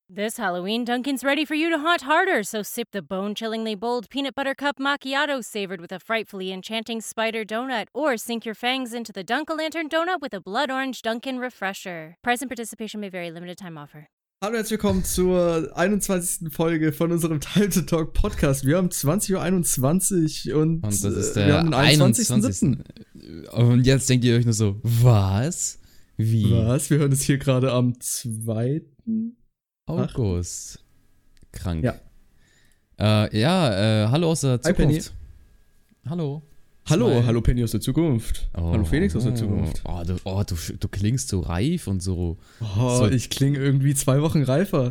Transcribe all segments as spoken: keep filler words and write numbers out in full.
This Halloween, Dunkin's ready for you to haunt harder, so sip the bone-chillingly bold peanut butter cup macchiato savored with a frightfully enchanting spider donut, or sink your fangs into the Dunk-A-Lantern donut with a blood orange Dunkin' Refresher. Price and participation may vary. Limited time offer. Hallo, herzlich willkommen zur einundzwanzigsten Folge von unserem Time to Talk Podcast. Wir haben zwanzig Uhr einundzwanzig und, und das ist der wir haben den einundzwanzigsten siebten Und jetzt denkt ihr euch nur so, was? Wie? Was? Wir hören es hier gerade am zweiten August. Krank. Ja. Äh, ja, äh, hallo aus der Hi, Penny. Zukunft. Hallo. Hallo, Zwei. hallo Penny aus der Zukunft. Oh, hallo Felix aus der oh, Zukunft. Oh, du, oh du, du klingst so reif und so. Oh, so. Ich klinge irgendwie zwei Wochen reifer.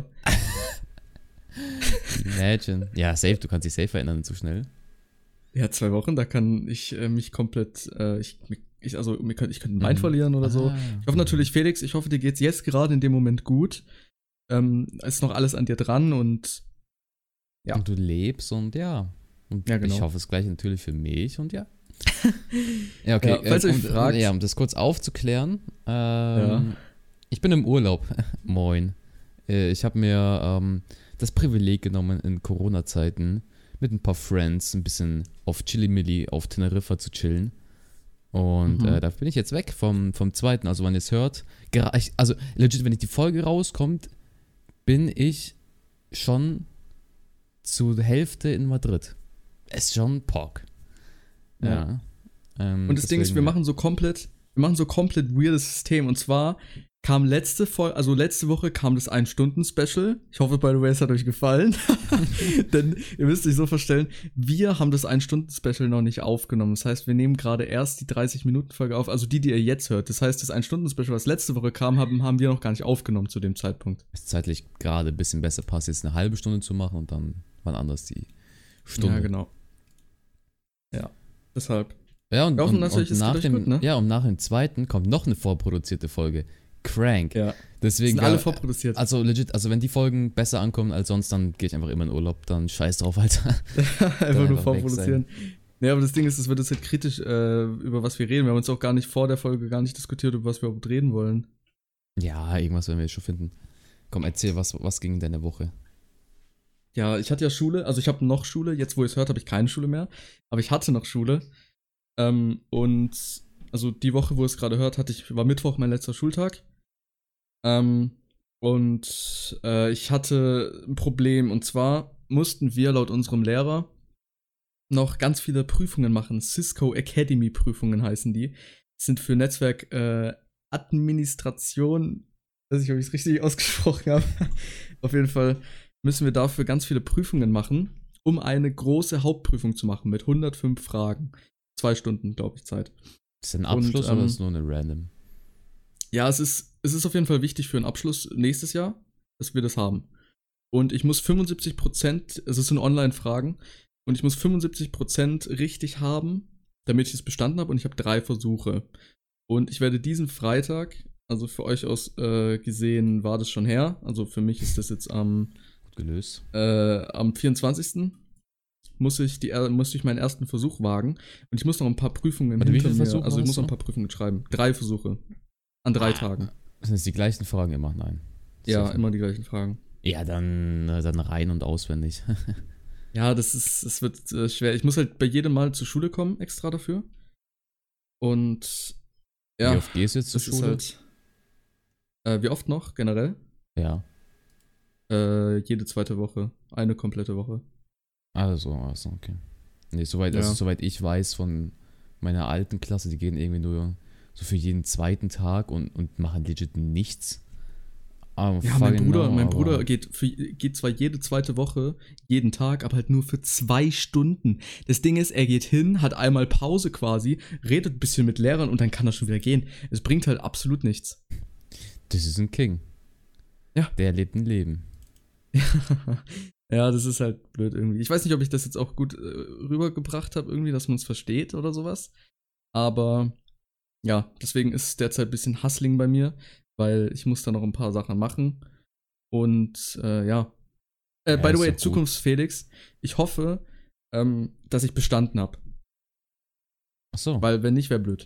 Imagine. Ja, safe, du kannst dich safe verändern zu schnell. Ja, zwei Wochen, da kann ich äh, mich komplett, äh, ich, ich, also ich könnte ich könnt ein Bein mhm. verlieren oder ah. so. Ich hoffe natürlich, Felix, ich hoffe, dir geht's jetzt gerade in dem Moment gut. Ähm, ist noch alles an dir dran und ja. Und du lebst und ja. Und ja, genau. Ich hoffe es gleich natürlich für mich und ja. ja, okay. Ja, falls äh, ihr um, euch fragt. Ja, um das kurz aufzuklären. Ähm, ja. Ich bin im Urlaub. Moin. Äh, ich habe mir ähm, das Privileg genommen, in Corona-Zeiten mit ein paar Friends ein bisschen auf Chili-Milli auf Teneriffa zu chillen. Und mhm. äh, da bin ich jetzt weg vom, vom zweiten. Also, wenn ihr es hört, also legit, wenn ich die Folge rauskommt, bin ich schon zur Hälfte in Madrid. Ist schon Pork. Ja. ja. Ähm, und das Ding ist, wir machen so komplett, wir machen so komplett weirdes System. Und zwar kam letzte Folge, also letzte Woche kam das Ein-Stunden-Special. Ich hoffe, by the way, es hat euch gefallen. Denn ihr müsst euch so vorstellen, wir haben das Ein-Stunden-Special noch nicht aufgenommen. Das heißt, wir nehmen gerade erst die dreißig-Minuten-Folge auf, also die, die ihr jetzt hört. Das heißt, das Ein-Stunden-Special, was letzte Woche kam, haben, haben wir noch gar nicht aufgenommen zu dem Zeitpunkt. Es ist zeitlich gerade ein bisschen besser passt, jetzt eine halbe Stunde zu machen und dann wann anders die Stunde. Ja, genau. Ja, deshalb. Ja, und, wir hoffen und, natürlich, und es nach geht dem, euch gut, ne? Ja, und nach dem zweiten kommt noch eine vorproduzierte Folge. Crank. Ja. Deswegen sind alle vorproduziert. Also legit, also wenn die Folgen besser ankommen als sonst, dann gehe ich einfach immer in Urlaub, dann scheiß drauf, Alter. einfach nur einfach vorproduzieren. Ja, aber das Ding ist, es wird jetzt halt kritisch, äh, über was wir reden. Wir haben uns auch gar nicht vor der Folge gar nicht diskutiert, über was wir überhaupt reden wollen. Ja, irgendwas werden wir jetzt schon finden. Komm, erzähl, was, was ging in deiner Woche? Ja, ich hatte ja Schule, also ich habe noch Schule, jetzt wo ihr es hört, habe ich keine Schule mehr, aber ich hatte noch Schule. Ähm, und also die Woche, wo ihr es gerade hört, hatte ich, war Mittwoch mein letzter Schultag. Ähm, und äh, ich hatte ein Problem, und zwar mussten wir laut unserem Lehrer noch ganz viele Prüfungen machen. Cisco Academy Prüfungen heißen die. Das sind für Netzwerk äh, Administration, weiß nicht, ob ich es richtig ausgesprochen habe. Auf jeden Fall müssen wir dafür ganz viele Prüfungen machen, um eine große Hauptprüfung zu machen mit hundertfünf Fragen. Zwei Stunden, glaube ich, Zeit. Ist das ein Abschluss und, ähm, oder ist es nur eine random? Ja, es ist, es ist auf jeden Fall wichtig für einen Abschluss nächstes Jahr, dass wir das haben. Und ich muss fünfundsiebzig Prozent, also es sind Online-Fragen, und ich muss fünfundsiebzig Prozent richtig haben, damit ich es bestanden habe, und ich habe drei Versuche. Und ich werde diesen Freitag, also für euch aus äh, gesehen war das schon her, also für mich ist das jetzt am gelöst. Äh, am vierundzwanzigsten muss ich, die, muss ich meinen ersten Versuch wagen. Und ich muss noch ein paar Prüfungen Warte, hinter wie viele mir, Versuche also ich muss hast noch du? ein paar Prüfungen schreiben. Drei Versuche. An drei Ah, Tagen. Sind das die gleichen Fragen immer? Nein. Ja, Sicher. immer die gleichen Fragen. Ja, dann, dann rein und auswendig. Ja, das ist, das wird äh, schwer. Ich muss halt bei jedem Mal zur Schule kommen, extra dafür. Und ja. Wie oft gehst du jetzt zur das ist Schule? Halt, äh, wie oft noch, generell? Ja. Äh, jede zweite Woche. Eine komplette Woche. Also, also okay. Nee, soweit, Ja. also, soweit ich weiß von meiner alten Klasse, die gehen irgendwie nur so für jeden zweiten Tag und, und machen legit nichts. Aber Ja, mein fucking Bruder, no, mein aber- Bruder geht, für, geht zwar jede zweite Woche, jeden Tag, aber halt nur für zwei Stunden. Das Ding ist, er geht hin, hat einmal Pause quasi, redet ein bisschen mit Lehrern und dann kann er schon wieder gehen. Es bringt halt absolut nichts. Das ist ein King. Ja. Der lebt ein Leben. Ja, das ist halt blöd irgendwie. Ich weiß nicht, ob ich das jetzt auch gut äh, rübergebracht habe, irgendwie, dass man es versteht oder sowas. Aber ja, deswegen ist derzeit ein bisschen Hustling bei mir, weil ich muss da noch ein paar Sachen machen. Und äh, ja. Äh, Ja, by the ist way, doch gut. Zukunftsfelix, ich hoffe, ähm, dass ich bestanden habe. Ach so. Weil wenn nicht, wäre blöd.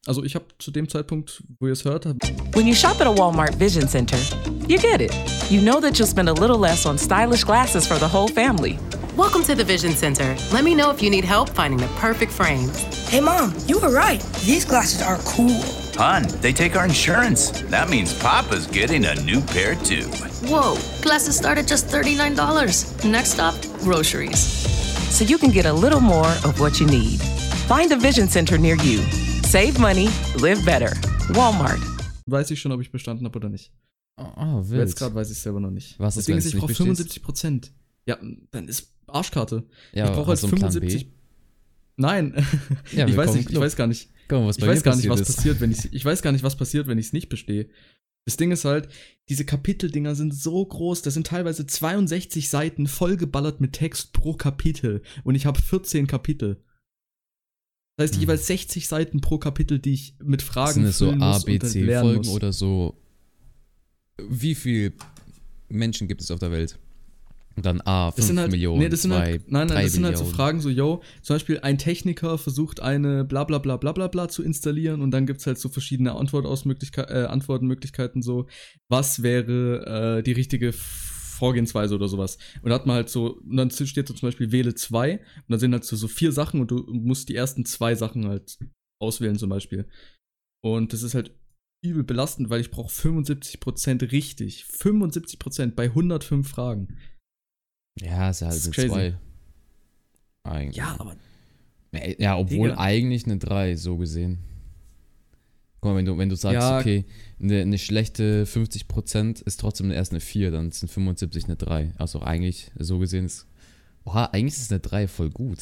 Also ich habe zu dem Zeitpunkt, wo ihr es hört, hab When you shop at a Walmart Vision Center, you get it. You know that you'll spend a little less on stylish glasses for the whole family. Welcome to the Vision Center. Let me know if you need help finding the perfect frames. Hey, Mom, you were right. These glasses are cool. Hon, they take our insurance. That means Papa's getting a new pair, too. Whoa, glasses start at just thirty-nine dollars. Next stop, groceries. So you can get a little more of what you need. Find a Vision Center near you. Save money, live better. Walmart. weiß ich schon, ob ich bestanden habe oder nicht. Oh, wild. Jetzt gerade weiß ich selber noch nicht. Was das ist, Ding wenn ist, es ich nicht brauche bestehst? fünfundsiebzig Prozent. Ja, dann ist Arschkarte. Ja, ich brauche halt hast du einen Plan fünfundsiebzig. B? Nein, Ja, ich weiß willkommen nicht, im ich Club. weiß gar nicht. Guck mal, was Ich bei weiß mir gar nicht, was passiert ist. passiert, wenn ich ich weiß gar nicht, was passiert, wenn ich es nicht bestehe. Das Ding ist halt, diese Kapiteldinger sind so groß, das sind teilweise zweiundsechzig Seiten vollgeballert mit Text pro Kapitel und ich habe vierzehn Kapitel. Das heißt, Hm. jeweils sechzig Seiten pro Kapitel, die ich mit Fragen Sind es so füllen A, muss B, und dann C lernen Folgen muss. oder so? Wie viele Menschen gibt es auf der Welt? Und dann A, Das fünf sind halt, Millionen, nee, das sind zwei, halt, nein, nein, drei das sind halt so Millionen. Fragen, so, yo, zum Beispiel ein Techniker versucht eine bla bla bla bla bla bla zu installieren und dann gibt's halt so verschiedene Antwortausmöglichkeit, äh, Antwortmöglichkeiten, so, was wäre äh, die richtige Vorgehensweise oder sowas. Und da hat man halt so, und dann steht so zum Beispiel wähle zwei und dann sind halt so, so vier Sachen und du musst die ersten zwei Sachen halt auswählen zum Beispiel. Und das ist halt übel belastend, weil ich brauche fünfundsiebzig Prozent richtig. fünfundsiebzig Prozent bei hundertfünf Fragen. Ja, ist ja halt Das ist eine crazy. zwei. Eigentlich. Ja, aber Ja, obwohl Digga. eigentlich eine drei, so gesehen. Guck mal, wenn du, wenn du sagst, Ja. okay, eine, eine schlechte fünfzig Prozent ist trotzdem erst eine vier, dann sind fünfundsiebzig eine drei. Also eigentlich, so gesehen ist. Oha, eigentlich ist eine drei voll gut.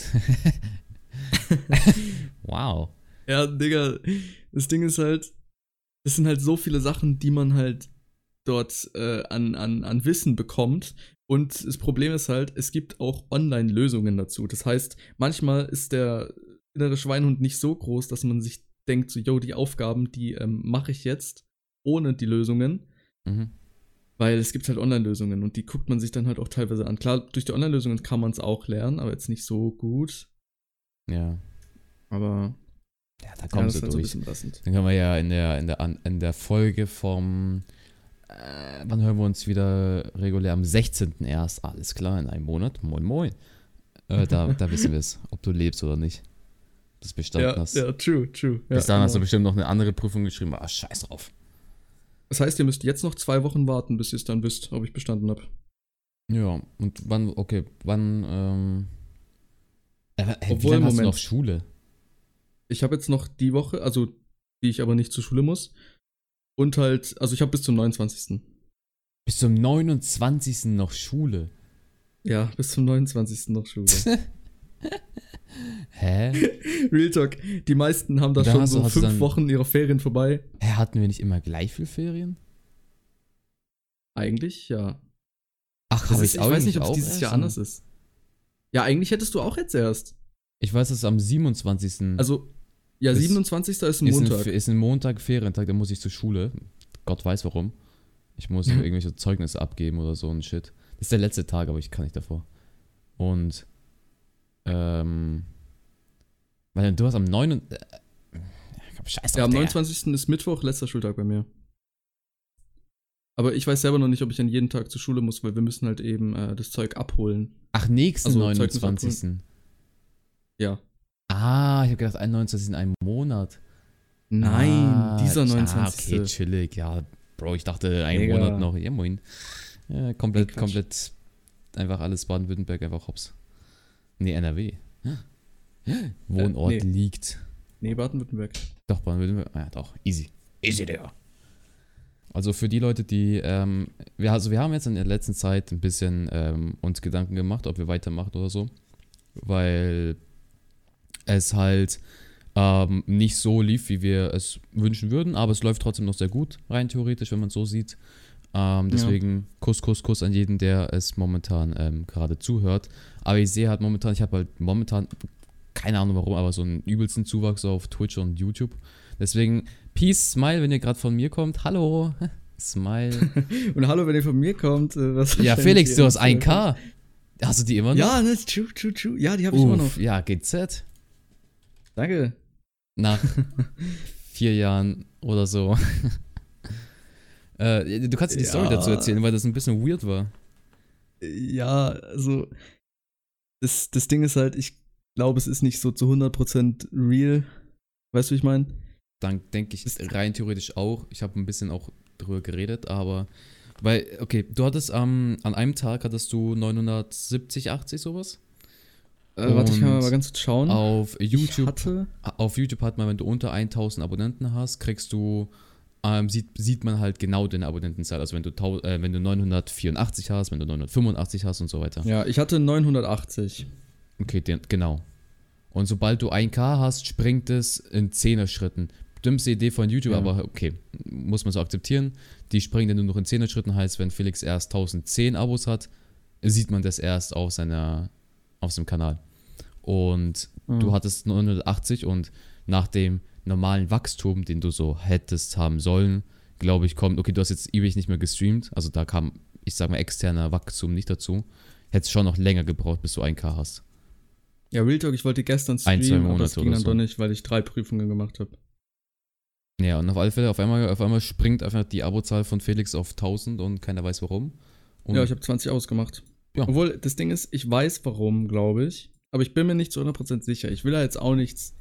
Wow. Ja, Digga, das Ding ist halt, es sind halt so viele Sachen, die man halt dort äh, an, an, an Wissen bekommt. Und das Problem ist halt, es gibt auch Online-Lösungen dazu. Das heißt, manchmal ist der innere Schweinehund nicht so groß, dass man sich denkt, so, yo, die Aufgaben, die ähm, mache ich jetzt ohne die Lösungen. Mhm. Weil es gibt halt Online-Lösungen und die guckt man sich dann halt auch teilweise an. Klar, durch die Online-Lösungen kann man es auch lernen, aber jetzt nicht so gut. Ja. Aber Ja, da ja, kommst das ist du halt so ein durch. bisschen belastend. Dann können wir ja in der, in der, an- in der Folge vom, äh, wann hören wir uns wieder regulär? Am sechzehnten erst. Alles klar, in einem Monat. Moin, moin. Äh, da, da wissen wir es, ob du lebst oder nicht. Ob du es bestanden Ja, hast. ja, true, true. Bis ja, dann hast du genau. bestimmt noch eine andere Prüfung geschrieben. Ah, scheiß drauf. Das heißt, ihr müsst jetzt noch zwei Wochen warten, bis ihr es dann wisst, ob ich bestanden habe. Ja, und wann, okay, wann, ähm, äh, hä, wie Obwohl, lange hast du Moment. noch Schule? Ich habe jetzt noch die Woche, also die ich aber nicht zur Schule muss. Und halt, also ich habe bis zum neunundzwanzigsten Bis zum neunundzwanzigsten noch Schule. Ja, bis zum neunundzwanzigsten noch Schule. Hä? Real Talk, die meisten haben da Da schon hast du- so hast du fünf dann- Wochen ihrer Ferien vorbei. Hä, hatten wir nicht immer gleich viel Ferien? Eigentlich, ja. Ach, Das habe ist, ich ich auch weiß nicht, nicht ob es auch dieses erst? Jahr anders ist. Ja, eigentlich hättest du auch jetzt erst. Ich weiß, dass am siebenundzwanzigsten Also, ja, Ist- siebenundzwanzigster ist ein ist Montag. Ein, ist ein Montag Ferientag, da muss ich zur Schule. Gott weiß warum. Ich muss Mhm. irgendwelche Zeugnisse abgeben oder so und Shit. Das ist der letzte Tag, aber ich kann nicht davor. Und, ähm, weil du hast am neun. Äh, komm, scheiß drauf, Ja, am Digga. neunundzwanzigsten ist Mittwoch, letzter Schultag bei mir. Aber ich weiß selber noch nicht, ob ich an jeden Tag zur Schule muss, weil wir müssen halt eben äh, das Zeug abholen. Ach, nächsten Also, Zeugnis neunundzwanzigsten Ja. Ah, ich habe gedacht, einundneunzigsten in einem Monat. Nein, ah, dieser ja, neunundzwanzigste okay, chillig. Ja, Bro, ich dachte, einen Digga. Monat noch. Ja, moin. Ja, komplett, Nee, Quatsch. komplett, einfach alles Baden-Württemberg, einfach hops. Nee, N R W. Wohnort Äh, nee. liegt. Nee, Baden-Württemberg. Doch, Baden-Württemberg. Ah, ja, doch. Easy. Easy, Digga. Also für die Leute, die, ähm, wir, also wir haben jetzt in der letzten Zeit ein bisschen ähm, uns Gedanken gemacht, ob wir weitermachen oder so. Weil es halt ähm, nicht so lief, wie wir es wünschen würden, aber es läuft trotzdem noch sehr gut, rein theoretisch, wenn man es so sieht. Ähm, deswegen Kuss, Kuss, Kuss an jeden, der es momentan ähm, gerade zuhört. Aber ich sehe halt momentan, ich habe halt momentan, keine Ahnung warum, aber so einen übelsten Zuwachs auf Twitch und YouTube. Deswegen, Peace, Smile, wenn ihr gerade von mir kommt. Hallo, Smile. Und hallo, wenn ihr von mir kommt. Äh, was Ja, Felix, du hast ein K. Hast du die immer noch? Ja, ne, true, true, true. Ja, die habe ich immer noch. Uff, ja, G Z. Danke. Nach vier Jahren oder so. äh, du kannst dir die Ja. Story dazu erzählen, weil das ein bisschen weird war. Ja, also das, das Ding ist halt, ich glaube, es ist nicht so zu hundert Prozent real. Weißt du, wie ich meine? Dann denke ich rein theoretisch auch. Ich habe ein bisschen auch drüber geredet, aber weil, okay, du hattest ähm, an einem Tag hattest du neunhundertsiebzig, achtzig sowas. Äh, warte, ich kann Und mal ganz kurz schauen. Auf YouTube, Ich hatte, auf YouTube hat man, wenn du unter tausend Abonnenten hast, kriegst du, ähm, sieht, sieht man halt genau deine Abonnentenzahl. Also wenn du, tau- äh, wenn du neunhundertvierundachtzig hast, wenn du neunhundertfünfundachtzig hast und so weiter. ja, ich hatte neunhundertachtzig. Okay, den, genau. Und sobald du ein K hast, springt es in Zehner-Schritten. Dümmste Idee von YouTube, Ja. aber okay, muss man so akzeptieren. Die springen dann nur noch in Zehner-Schritten, heißt, wenn Felix erst tausendzehn Abos hat, sieht man das erst auf seiner, auf seinem Kanal. Und Mhm. du hattest neunhundertachtzig und nach dem normalen Wachstum, den du so hättest haben sollen, glaube ich, kommt, okay, du hast jetzt ewig nicht mehr gestreamt, also da kam, ich sag mal, externer Wachstum nicht dazu. Hättest schon noch länger gebraucht, bis du ein K hast. Ja, Real Talk, ich wollte gestern Ein, zwei streamen, aber das Monate ging oder dann so. doch nicht, weil ich drei Prüfungen gemacht habe. Ja, und auf alle Fälle, auf einmal, auf einmal springt einfach die Abozahl von Felix auf tausend und keiner weiß warum. Und Ja, ich habe zwanzig ausgemacht. Ja. Obwohl, das Ding ist, ich weiß warum, glaube ich. Aber ich bin mir nicht zu hundert Prozent sicher. Ich will da jetzt auch nichts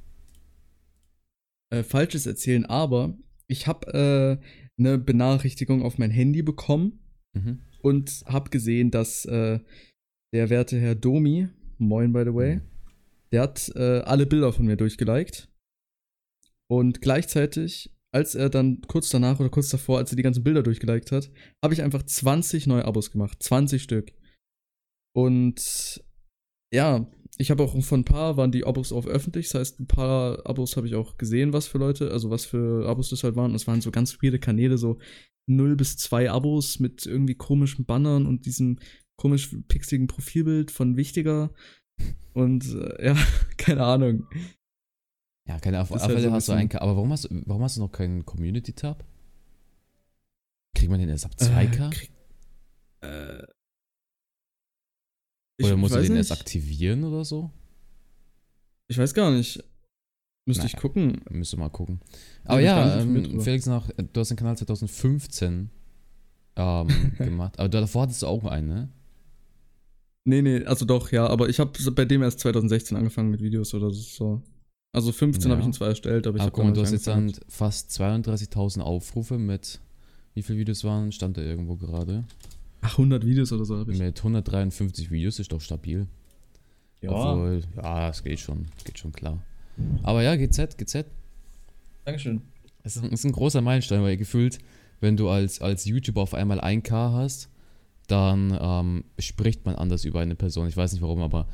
äh, Falsches erzählen, aber ich habe äh, eine Benachrichtigung auf mein Handy bekommen mhm. und habe gesehen, dass äh, der werte Herr Domi, moin by the way, der hat äh, alle Bilder von mir durchgeliked. Und gleichzeitig, als er dann kurz danach oder kurz davor, als er die ganzen Bilder durchgeliked hat, habe ich einfach zwanzig neue Abos gemacht. zwanzig Stück. Und ja, ich habe auch von ein paar, waren die Abos auf öffentlich. Das heißt, ein paar Abos habe ich auch gesehen, was für Leute, also was für Abos das halt waren. Und es waren so ganz viele Kanäle, so null bis zwei Abos mit irgendwie komischen Bannern und diesem komisch pixeligen Profilbild von Wichtiger. Und äh, ja, keine Ahnung. Ja, keine Ahnung. Auf Das ist alle halt Fälle so ein hast du einen bisschen- K. Aber warum hast, du- warum hast du noch keinen Community-Tab? Kriegt man den erst ab zwei K? Äh, krieg- äh, ich- Oder ich musst du weiß den nicht. erst aktivieren oder so? Ich weiß gar nicht. Müsste ich Naja. gucken. Müsste mal gucken. Ja, Aber bin ich gar ja, nicht informiert ähm, drüber. Felix, nach, du hast den Kanal zwanzig fünfzehn ähm, gemacht. Aber davor hattest du auch einen, ne? Nee, nee, also doch, ja, aber ich habe bei dem erst zwanzig sechzehn angefangen mit Videos oder so. Also fünfzehn Ja. habe ich ihn zwar erstellt, aber ich Aber habe guck mal, du hast jetzt dann fast zweiunddreißigtausend Aufrufe mit, wie viele Videos waren? Stand da irgendwo gerade? Ach, hundert Videos oder so habe ich. Mit hundertdreiundfünfzig Videos ist doch stabil. Ja, Obwohl, ja, es geht schon, geht schon klar. Aber ja, G Z, G Z, Dankeschön. es ist, ist ein großer Meilenstein, weil gefühlt, wenn du als, als YouTuber auf einmal ein K hast, dann ähm, spricht man anders über eine Person. Ich weiß nicht warum, aber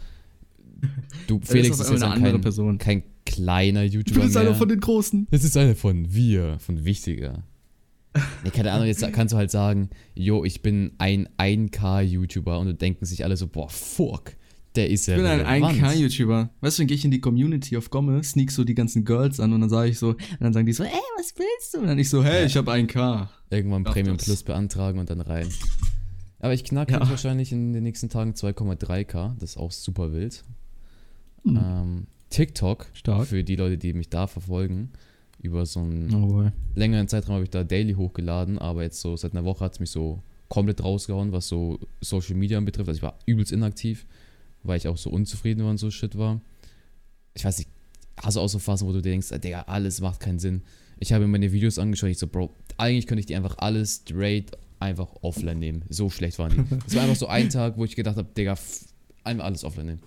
du, Felix auf ist einmal jetzt eine auch andere kein, Person. kein kleiner Du YouTuber bist mehr. einer von den Großen. Das ist einer von wir, von Wichtiger. Nee, keine Ahnung, jetzt kannst du halt sagen, jo, ich bin ein ein K-YouTuber und dann denken sich alle so, boah, fuck, der ist ja Ich bin ein relevant. ein K-YouTuber. Weißt du, dann gehe ich in die Community auf Gomme, sneak so die ganzen Girls an und dann sage ich so, und dann sagen die so, ey, was willst du? Und dann ich so, hey, ich habe ein K. Irgendwann Darf Premium das? Plus beantragen und dann rein. Aber ich knacke Ja. wahrscheinlich in den nächsten Tagen zwei Komma drei K, das ist auch super wild. Hm. Ähm, TikTok, Stark. für die Leute, die mich da verfolgen, über so einen Oh boy. längeren Zeitraum habe ich da daily hochgeladen, aber jetzt so seit einer Woche hat es mich so komplett rausgehauen, was so Social Media betrifft. Also ich war übelst inaktiv, weil ich auch so unzufrieden war und so Shit war. Ich weiß nicht, hast du auch so Phasen, wo du dir denkst, Digga, alles macht keinen Sinn. Ich habe mir meine Videos angeschaut, ich so, Bro, eigentlich könnte ich die einfach alles straight einfach offline nehmen. So schlecht waren die. Es war einfach so ein Tag, wo ich gedacht habe, Digga, f- einfach alles offline nehmen.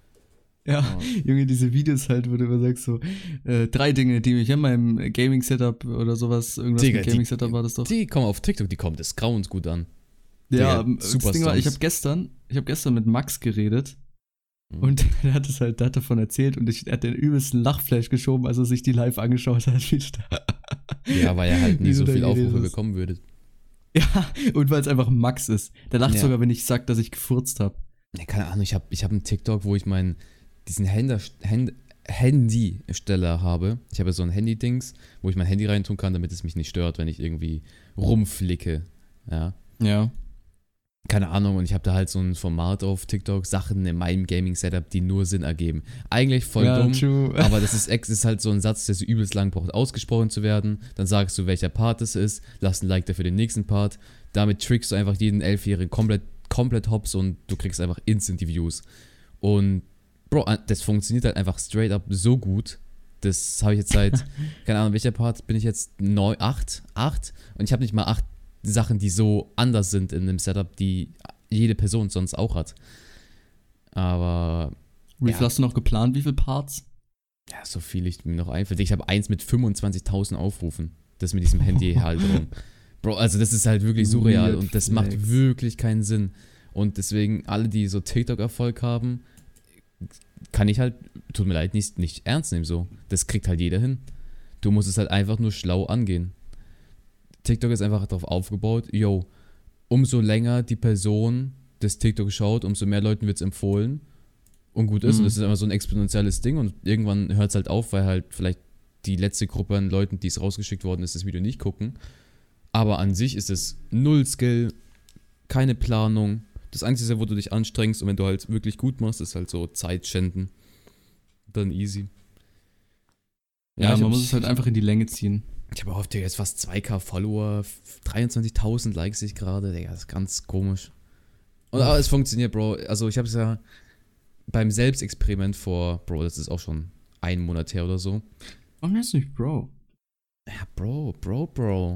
Ja, Junge, diese Videos halt, wo du immer sagst so, äh, drei Dinge, die mich in meinem Gaming-Setup oder sowas, irgendwas Digga, mit die- Gaming-Setup war das doch. Die kommen auf TikTok, die kommen des Grauens gut an. Ja, Digga, das super Ding war, ich Songs. habe gestern, ich habe gestern mit Max geredet Mhm. und er hat es halt, der hat davon erzählt und ich, er hat den übelsten Lachflash geschoben, als er sich die live angeschaut hat. Wie da- Ja, weil er halt Wie nie du so da viel geredet Aufrufe hast. bekommen würde. Ja, und weil es einfach Max ist. Der lacht Ja. sogar, wenn ich sag, dass ich gefurzt habe. Ja, keine Ahnung, ich habe ich hab einen TikTok, wo ich meinen, diesen Händer, Hand, Handy-Steller habe. Ich habe so ein Handy-Dings, wo ich mein Handy reintun kann, damit es mich nicht stört, wenn ich irgendwie rumflicke. Ja. Ja. keine Ahnung, und ich habe da halt so ein Format auf TikTok, Sachen in meinem Gaming-Setup, die nur Sinn ergeben. Eigentlich voll Ja, dumm, true. aber das ist, ex- ist halt so ein Satz, der so übelst lang braucht, ausgesprochen zu werden. Dann sagst du, welcher Part es ist, lass ein Like dafür den nächsten Part. Damit trickst du einfach jeden Elfjährigen komplett, komplett hops und du kriegst einfach instant die Views. Und Bro, das funktioniert halt einfach straight up so gut. Das habe ich jetzt seit, keine Ahnung, welcher Part bin ich jetzt? Neun, acht? Acht? Und ich habe nicht mal acht Sachen, die so anders sind in einem Setup, die jede Person sonst auch hat. Aber Wie ja. viel hast du noch geplant? Wie viele Parts? Ja, so viel ich mir noch einfällt. Ich habe eins mit fünfundzwanzigtausend Aufrufen. Das mit diesem Handyhalterung. Bro, also das ist halt wirklich surreal und das macht Flex. wirklich keinen Sinn. Und deswegen, alle, die so TikTok-Erfolg haben, kann ich halt, tut mir leid, nicht, nicht ernst nehmen so. Das kriegt halt jeder hin. Du musst es halt einfach nur schlau angehen. TikTok ist einfach darauf aufgebaut, yo, umso länger die Person das TikTok schaut, umso mehr Leuten wird es empfohlen und gut ist. Mhm. Und das ist einfach so ein exponentielles Ding und irgendwann hört es halt auf, weil halt vielleicht die letzte Gruppe an Leuten, die es rausgeschickt worden ist, das Video nicht gucken. Aber an sich ist es null Skill, keine Planung. Das Einzige, wo du dich anstrengst und wenn du halt wirklich gut machst, ist halt so Zeit schänden. Dann easy. Ja, ich man hab- muss es halt einfach in die Länge ziehen. Ich habe gehofft, Digga, jetzt fast zwei K Follower, f- dreiundzwanzigtausend Likes sehe ich gerade. Digga, das ist ganz komisch. Und, aber es funktioniert, Bro. Also ich habe es ja beim Selbstexperiment vor, Bro, das ist auch schon einen Monat her oder so. Warum heißt du nicht Bro? Ja, Bro, Bro, Bro.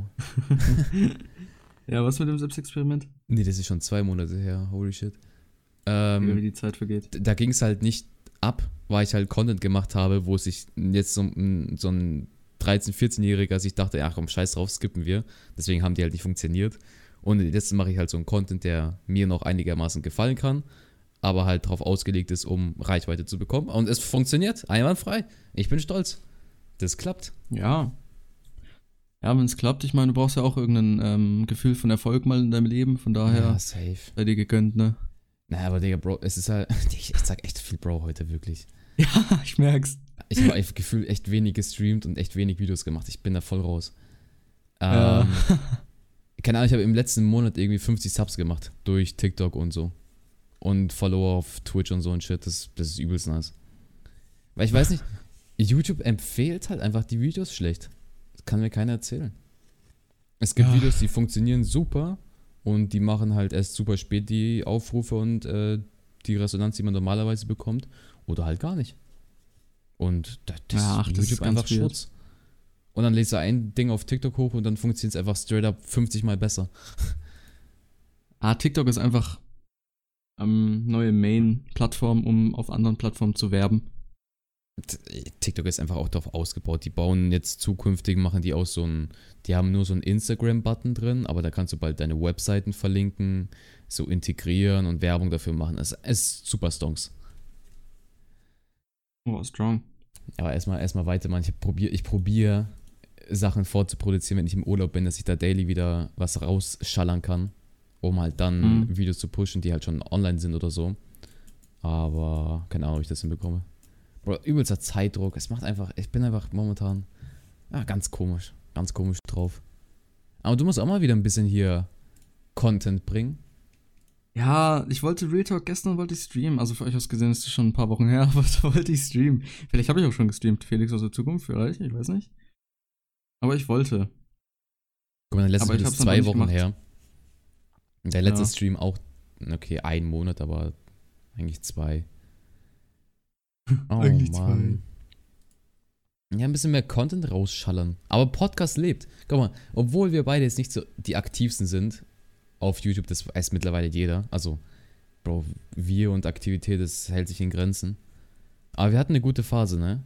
Ja, was mit dem Selbstexperiment? Nee, das ist schon zwei Monate her, holy shit. Wie Ähm, die Zeit vergeht. da ging es halt nicht ab, weil ich halt Content gemacht habe, wo sich jetzt so, ein- so ein dreizehn-, vierzehnjähriger sich dachte, ach komm, scheiß drauf, skippen wir. Deswegen haben die halt nicht funktioniert. Und jetzt mache ich halt so einen Content, der mir noch einigermaßen gefallen kann, aber halt darauf ausgelegt ist, um Reichweite zu bekommen. Und es funktioniert, einwandfrei. Ich bin stolz. Das klappt. Ja. Ja, wenn es klappt, ich meine, du brauchst ja auch irgendein ähm, Gefühl von Erfolg mal in deinem Leben, von daher Ja, safe. sei dir gegönnt, ne? Naja, aber Digga, Bro, es ist halt, ich, ich sag echt viel Bro heute, wirklich. Ja, ich merk's. Ich habe einfach gefühlt echt wenig gestreamt und echt wenig Videos gemacht. Ich bin da voll raus. Ähm, Ja. Keine Ahnung, ich habe im letzten Monat irgendwie fünfzig Subs gemacht durch TikTok und so. Und Follower auf Twitch und so und shit. Das, das ist übelst nice. Weil ich weiß nicht, YouTube empfiehlt halt einfach die Videos schlecht. Das kann mir keiner erzählen. Es gibt Ja. Videos, die funktionieren super und die machen halt erst super spät die Aufrufe und äh, die Resonanz, die man normalerweise bekommt. Oder halt gar nicht. Und das, das Ja, ach, ist das ist YouTube ganz einfach weird. Schutz. Und dann lädst du ein Ding auf TikTok hoch und dann funktioniert es einfach straight up fünfzig Mal besser. Ah, TikTok ist einfach ähm, neue Main-Plattform, um auf anderen Plattformen zu werben. TikTok ist einfach auch darauf ausgebaut. Die bauen jetzt zukünftig, machen die auch so ein, die haben nur so einen Instagram-Button drin, aber da kannst du bald deine Webseiten verlinken, so integrieren und Werbung dafür machen. Es ist super Stonks. Oh, strong. Aber erstmal erstmal weiter, man. Ich probiere ich probier Sachen vorzuproduzieren, wenn ich im Urlaub bin, dass ich da daily wieder was rausschallern kann, um halt dann Mhm. Videos zu pushen, die halt schon online sind oder so. Aber keine Ahnung, ob ich das hinbekomme. Bro, übelster Zeitdruck. Es macht einfach, ich bin einfach momentan ja, ganz komisch. Ganz komisch drauf. Aber du musst auch mal wieder ein bisschen hier Content bringen. Ja, ich wollte Real Talk gestern wollte ich streamen. Also für euch aus gesehen ist es schon ein paar Wochen her, aber da wollte ich streamen. Vielleicht habe ich auch schon gestreamt, Felix aus der Zukunft, vielleicht, ich weiß nicht. Aber ich wollte. Guck mal, der letzte Aber ich Video hab's ist dann zwei doch nicht Wochen gemacht. her. Der letzte Ja. Stream auch, okay, ein Monat, aber eigentlich zwei. Oh Eigentlich Mann. Ja, ein bisschen mehr Content rausschallern. Aber Podcast lebt. Guck mal, obwohl wir beide jetzt nicht so die aktivsten sind auf YouTube, das weiß mittlerweile jeder. Also, Bro, wir und Aktivität, das hält sich in Grenzen. Aber wir hatten eine gute Phase, ne?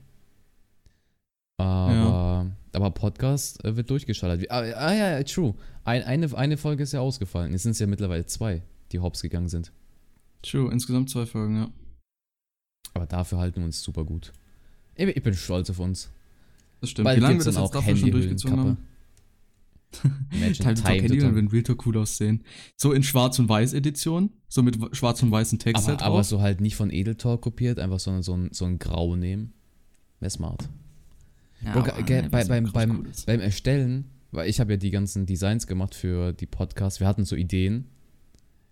Aber, aber Podcast äh, wird durchgeschallert. Wie- Ah, ah ja, true. Ein, eine, eine Folge ist ja ausgefallen. Jetzt sind es ja mittlerweile zwei, die hops gegangen sind. True, insgesamt zwei Folgen, ja. Aber dafür halten wir uns super gut. Ich, ich bin stolz auf uns. Das stimmt. Bald Wie lange wir gibt's das dann jetzt auch dafür schon Handyhüllen, durchgezogen Kappe. haben? Imagine Time to Talk Time to Handy, Talk. wenn Real Talk cool aussehen. So in Schwarz- und Weiß-Edition, so mit w- schwarz- und weißen Text Aber, halt aber drauf. so halt nicht von Edeltalk kopiert, einfach sondern so ein, so ein Grau nehmen. Wäre smart. Ja, Bro, aber, ge- nee, bei, was beim, so beim, cool ist. beim Erstellen, weil ich habe ja die ganzen Designs gemacht für die Podcasts, wir hatten so Ideen.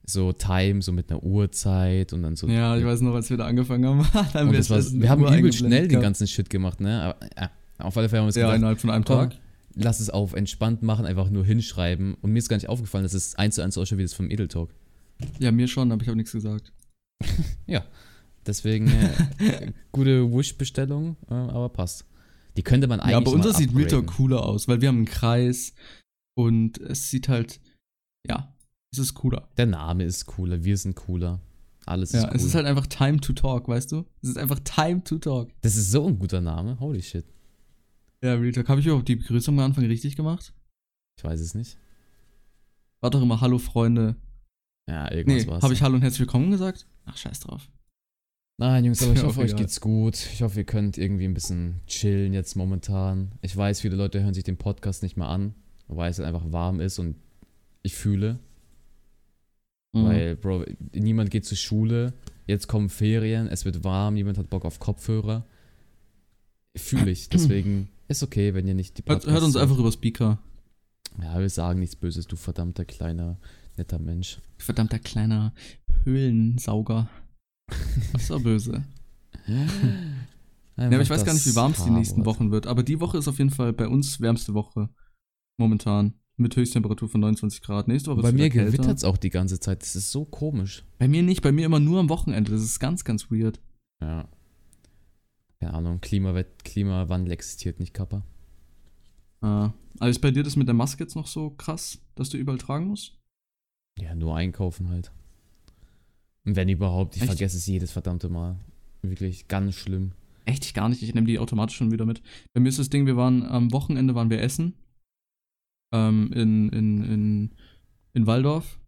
so Time, so mit einer Uhrzeit und dann so. Ja, ich weiß noch, als wir da angefangen haben. haben und wir, das war, das wir haben Uhr übel schnell den gehabt. ganzen Shit gemacht, ne? Aber, ja, auf alle Fälle haben wir uns Ja, gedacht, innerhalb von einem komm, Tag. lass es auf entspannt machen, einfach nur hinschreiben. Und mir ist gar nicht aufgefallen, dass es eins zu eins ausschaut wie das vom Edel Talk. Ja, mir schon, aber ich habe nichts gesagt. Ja, deswegen äh, gute Wish-Bestellung, äh, aber passt. Die könnte man eigentlich Ja, aber unser mal sieht Real upgraden. Talk cooler aus, weil wir haben einen Kreis und es sieht halt, ja, es ist cooler. Der Name ist cooler, wir sind cooler. Alles ist Ja, cool. es ist halt einfach Time to Talk, weißt du? Es ist einfach Time to Talk. das ist so ein guter Name, holy shit. Ja, Real Talk. Habe ich überhaupt die Begrüßung am Anfang richtig gemacht? Ich weiß es nicht. War doch immer Hallo Freunde. Ja, irgendwas Nee, war's. habe ich Hallo und herzlich willkommen gesagt? Ach, scheiß drauf. Nein, Jungs, aber ich Ja, hoffe, auch euch egal. geht's gut. Ich hoffe, ihr könnt irgendwie ein bisschen chillen jetzt momentan. Ich weiß, viele Leute hören sich den Podcast nicht mehr an, weil es halt einfach warm ist und ich fühle. Mhm. Weil, Bro, niemand geht zur Schule, jetzt kommen Ferien, es wird warm, niemand hat Bock auf Kopfhörer. Fühle ich, deswegen ist okay, wenn ihr nicht die Hört, hört uns einfach über Speaker. Ja, wir sagen nichts Böses, du verdammter kleiner, netter Mensch. Verdammter kleiner Höhlensauger. Das ist doch böse. Ja, aber ich weiß gar nicht, wie warm es die nächsten Wochen wird. Aber die Woche ist auf jeden Fall bei uns wärmste Woche. Momentan. Mit Höchsttemperatur von neunundzwanzig Grad. Nächste Woche Bei ist mir wieder gewittert kälter. es auch die ganze Zeit, das ist so komisch. Bei mir nicht, bei mir immer nur am Wochenende. Das ist ganz, ganz weird. Ja. Keine Ahnung, Klimawet- Klimawandel existiert nicht, Kappa. Ah. Also ist bei dir das mit der Maske jetzt noch so krass, dass du überall tragen musst? Ja, nur einkaufen halt. Und wenn überhaupt, ich Echt? vergesse es jedes verdammte Mal. Wirklich ganz schlimm. Echt, ich gar nicht. Ich nehme die automatisch schon wieder mit. Bei mir ist das Ding, wir waren am Wochenende waren wir essen. Ähm, in, in, in, in Walldorf.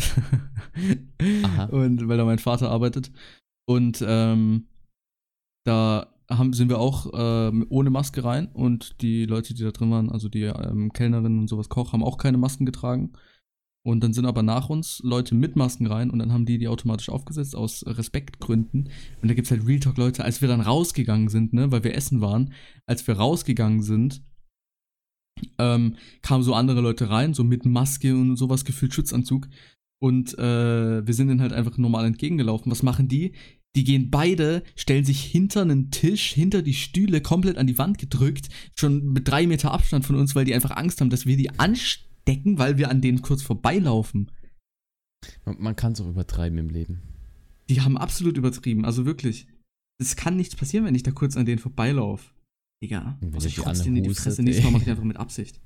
Aha. Und weil da mein Vater arbeitet. Und ähm, da haben, sind wir auch ähm, ohne Maske rein. Und die Leute, die da drin waren, also die ähm, Kellnerinnen und sowas, Koch, haben auch keine Masken getragen. Und dann sind aber nach uns Leute mit Masken rein und dann haben die die automatisch aufgesetzt aus Respektgründen. Und da gibt's halt Real Talk Leute, als wir dann rausgegangen sind, ne, weil wir essen waren, als wir rausgegangen sind, ähm, kamen so andere Leute rein, so mit Maske und sowas, gefühlt Schutzanzug. Und äh, wir sind denen halt einfach normal entgegengelaufen. Was machen die? Die gehen beide, stellen sich hinter einen Tisch, hinter die Stühle, komplett an die Wand gedrückt, schon mit drei Meter Abstand von uns, weil die einfach Angst haben, dass wir die anstecken, weil wir an denen kurz vorbeilaufen. Man, man kann es auch übertreiben im Leben. Die haben absolut übertrieben, also wirklich. Es kann nichts passieren, wenn ich da kurz an denen vorbeilaufe. Digga, Wenn also ihr ich die trotzdem in die anhustet, Fresse. Nächstes Mal ey. mache ich einfach mit Absicht.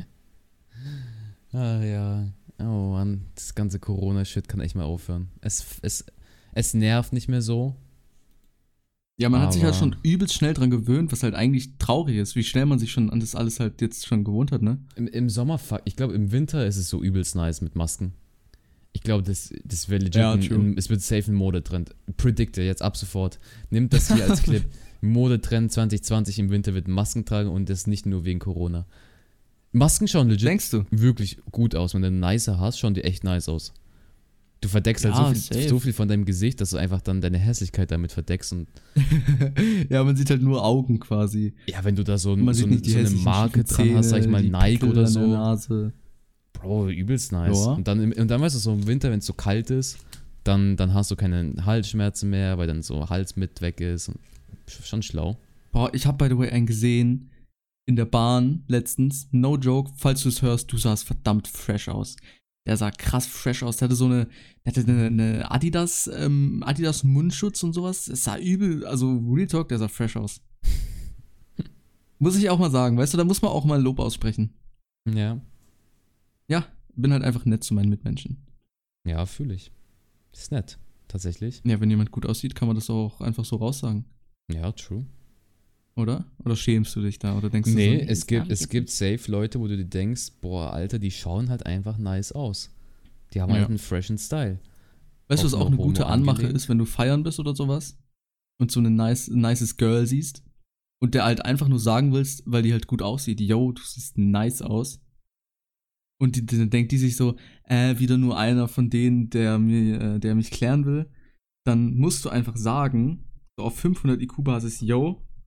Ah ja. Oh Mann, das ganze Corona-Shit kann echt mal aufhören. Es, es, es nervt nicht mehr so. Ja, man hat sich halt Aber- schon übelst schnell dran gewöhnt, was halt eigentlich traurig ist, wie schnell man sich schon an das alles halt jetzt schon gewohnt hat, ne? Im, im Sommer, fuck, ich glaube im Winter ist es so übelst nice mit Masken. Ich glaube, das, das wird legit, Ja, ein, true. ein, es wird safe ein Modetrend. Predikte jetzt ab sofort. Nimmt das hier als Clip. Modetrend zwanzig zwanzig im Winter wird Masken tragen und das nicht nur wegen Corona. Masken schauen legit Denkst du? wirklich gut aus. Wenn du eine nice hast, schauen die echt nice aus. Du verdeckst Ja, halt so safe. viel, so viel von deinem Gesicht, dass du einfach dann deine Hässlichkeit damit verdeckst. Und Ja, man sieht halt nur Augen quasi. ja, wenn du da so, Man so, sieht nicht die so eine hässlichen Marke schiefen dran hast, sag ich Zähne, mal die Nike Pickel oder an der so. Nase. Bro, übelst nice. Ja. Und, dann, im- und dann weißt du, so im Winter, wenn es so kalt ist, dann, dann hast du keine Halsschmerzen mehr, weil dann so Hals mit weg ist. Und schon schlau. Boah, ich habe by the way einen gesehen in der Bahn letztens. No joke, falls du es hörst, du sahst verdammt fresh aus. Der sah krass fresh aus. Der hatte so eine, der hatte eine, eine Adidas, ähm, Adidas Mundschutz und sowas. Es sah übel, also Real Talk, der sah fresh aus. Muss ich auch mal sagen, weißt du, da muss man auch mal Lob aussprechen. Ja, Ja, bin halt einfach nett zu meinen Mitmenschen. ja, fühle ich. Ist nett, tatsächlich. Ja, wenn jemand gut aussieht, kann man das auch einfach so raussagen, Ja, true. oder? Oder schämst du dich da? Oder denkst Nee, du so, es das kann gibt, ich es jetzt gibt safe Leute, wo du dir denkst, boah, Alter, die schauen halt einfach nice aus. Die haben Ja. halt einen freshen Style. Weißt du, was Auch auch noch eine gute Homo Anmache angelehnt. ist, wenn du feiern bist oder sowas und so ein nice, nices Girl siehst und der halt einfach nur sagen willst, weil die halt gut aussieht, yo, du siehst nice aus. Und die, dann denkt die sich so, äh, wieder nur einer von denen, der mir, äh, der mich klären will. Dann musst du einfach sagen, so auf fünfhundert I Q-Basis, yo,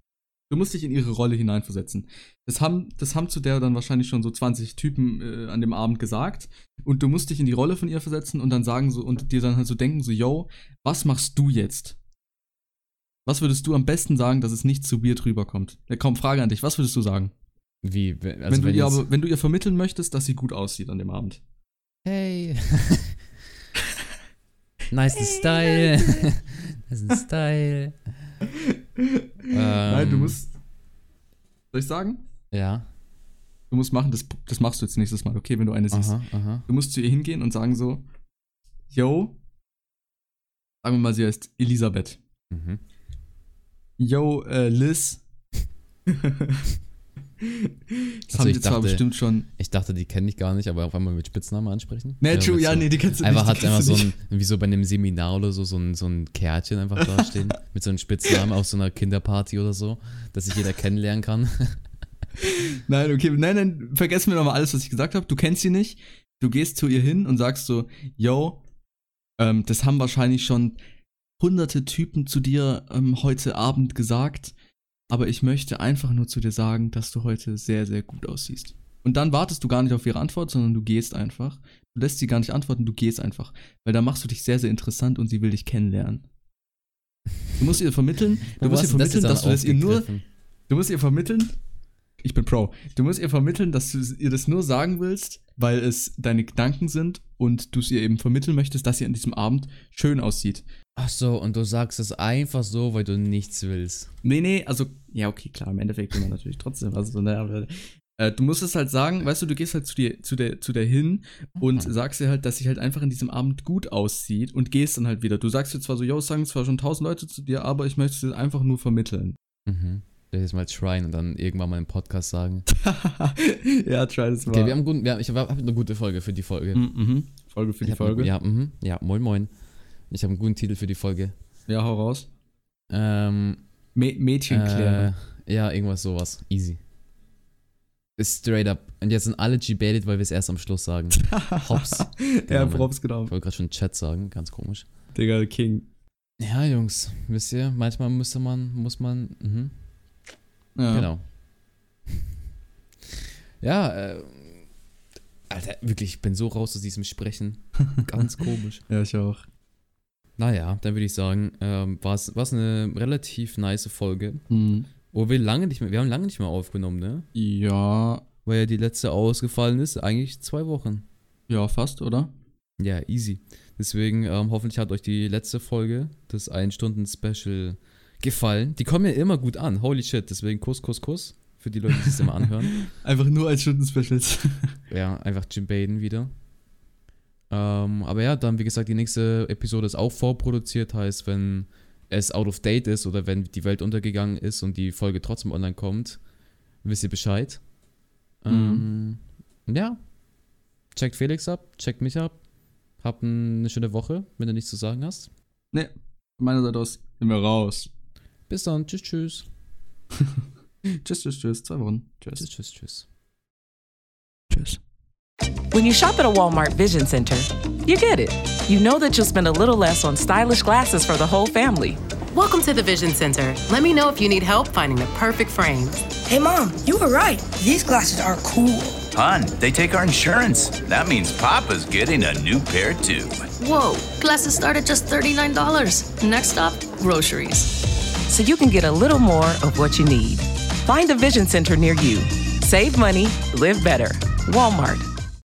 Du musst dich in ihre Rolle hineinversetzen. Das haben, das haben zu der dann wahrscheinlich schon so zwanzig Typen äh, an dem Abend gesagt. Und du musst dich in die Rolle von ihr versetzen und dann sagen so, und dir dann halt so denken, so, yo, was machst du jetzt? Was würdest du am besten sagen, dass es nicht zu weird rüberkommt? Ja, komm, Frage an dich, was würdest du sagen? Wie? Also wenn, du wenn, ihr jetzt, aber, wenn du ihr vermitteln möchtest, dass sie gut aussieht an dem Abend. Hey. Nice hey, Style. Nice Style. Nein, du ähm, musst. Soll ich sagen? Ja. Du musst machen, das, das machst du jetzt nächstes Mal, okay, wenn du eine siehst. Aha, aha. Du musst zu ihr hingehen und sagen so, yo, sagen wir mal, sie heißt Elisabeth. Mhm. Yo, äh, Liz. Das Also haben ich die zwar dachte- bestimmt schon. Ich dachte, die kenne ich gar nicht, aber auf einmal mit Spitznamen ansprechen. Nee, Ja, true, mit ja, so- nee, die kennst du Einfach nicht. hat die einfach kennst so du ein, wie so bei einem Seminar oder so, so ein, so ein Kärtchen einfach da stehen. Mit so einem Spitznamen auf so einer Kinderparty oder so, dass sich jeder kennenlernen kann. Nein, okay, nein, nein, vergessen wir nochmal alles, was ich gesagt habe. Du kennst sie nicht. Du gehst zu ihr hin und sagst so, yo, ähm, das haben wahrscheinlich schon hunderte Typen zu dir ähm, heute Abend gesagt, aber ich möchte einfach nur zu dir sagen, dass du heute sehr, sehr gut aussiehst. Und dann wartest du gar nicht auf ihre Antwort, sondern du gehst einfach. Du lässt sie gar nicht antworten, du gehst einfach. Weil da machst du dich sehr, sehr interessant und sie will dich kennenlernen. Du musst ihr vermitteln, du Wo musst ihr hast du das vermitteln, jetzt dass du das ihr nur, aufgegriffen? du musst ihr vermitteln, ich bin Pro, du musst ihr vermitteln, dass du ihr das nur sagen willst, weil es deine Gedanken sind und du es ihr eben vermitteln möchtest, dass sie an diesem Abend schön aussieht. Ach so, und du sagst es einfach so, weil du nichts willst. Nee, nee, also, ja, okay, klar, im Endeffekt will man natürlich trotzdem, also, ne, aber, äh, du musst es halt sagen, weißt du, du gehst halt zu dir, zu der, zu der hin und Mhm. sagst ihr halt, dass sie halt einfach in diesem Abend gut aussieht und gehst dann halt wieder. Du sagst dir zwar so, yo, es sagen zwar schon tausend Leute zu dir, aber ich möchte es einfach nur vermitteln. Mhm. Ich werde jetzt mal tryen und dann irgendwann mal im Podcast sagen. Ja, try das mal. Okay, wir haben, guten, wir haben ich habe eine gute Folge für die Folge. Mhm. Folge für Ich die hab Folge. Eine, ja, mhm. Ja, moin moin. Ich habe einen guten Titel für die Folge. Ja, hau raus. Ähm, Mä- Mädchen klären. äh, ja, irgendwas sowas. Easy. Ist straight up. Und jetzt sind alle G-baited, weil wir es erst am Schluss sagen. Hops. Ja, Mann. Props, genau. Ich wollte gerade schon Chat sagen, ganz komisch. Digga, King. Ja, Jungs, wisst ihr, manchmal müsste man, muss man, mhm. Ja. Genau. Ja, äh, Alter, wirklich, ich bin so raus aus diesem Sprechen. Ganz komisch. Ja, ich auch. Naja, dann würde ich sagen, ähm, war es eine relativ nice Folge. Mhm. Wo wir lange nicht mehr, wir haben lange nicht mehr aufgenommen, ne? Ja, Weil ja die letzte ausgefallen ist, eigentlich zwei Wochen. ja, fast, oder? Ja, easy. Deswegen, ähm, hoffentlich hat euch die letzte Folge, das ein-Stunden-Special, gefallen. Die kommen ja immer gut an, holy shit. Deswegen Kuss, Kuss, Kuss für die Leute, die es immer anhören. Einfach nur als Stunden-Specials. Ja, einfach Jim Baden wieder. Ähm, aber ja, dann wie gesagt, die nächste Episode ist auch vorproduziert, heißt, wenn es out of date ist oder wenn die Welt untergegangen ist und die Folge trotzdem online kommt, wisst ihr Bescheid. Mhm. Ähm, ja. Checkt Felix ab, checkt mich ab. Habt eine schöne Woche, wenn du nichts zu sagen hast. Ne, von meiner Seite aus sind wir raus. Bis dann, tschüss, tschüss. Tschüss, tschüss, tschüss. Zwei Wochen. Tschüss, Tschüss. tschüss, tschüss. Tschüss. When you shop at a Walmart Vision Center, you get it. You know that you'll spend a little less on stylish glasses for the whole family. Welcome to the Vision Center. Let me know if you need help finding the perfect frames. Hey, Mom, you were right. These glasses are cool. Hon, they take our insurance. That means Papa's getting a new pair too. Whoa, glasses start at just thirty-nine dollars. Next stop, groceries. So you can get a little more of what you need. Find a Vision Center near you. Save money, live better. Walmart.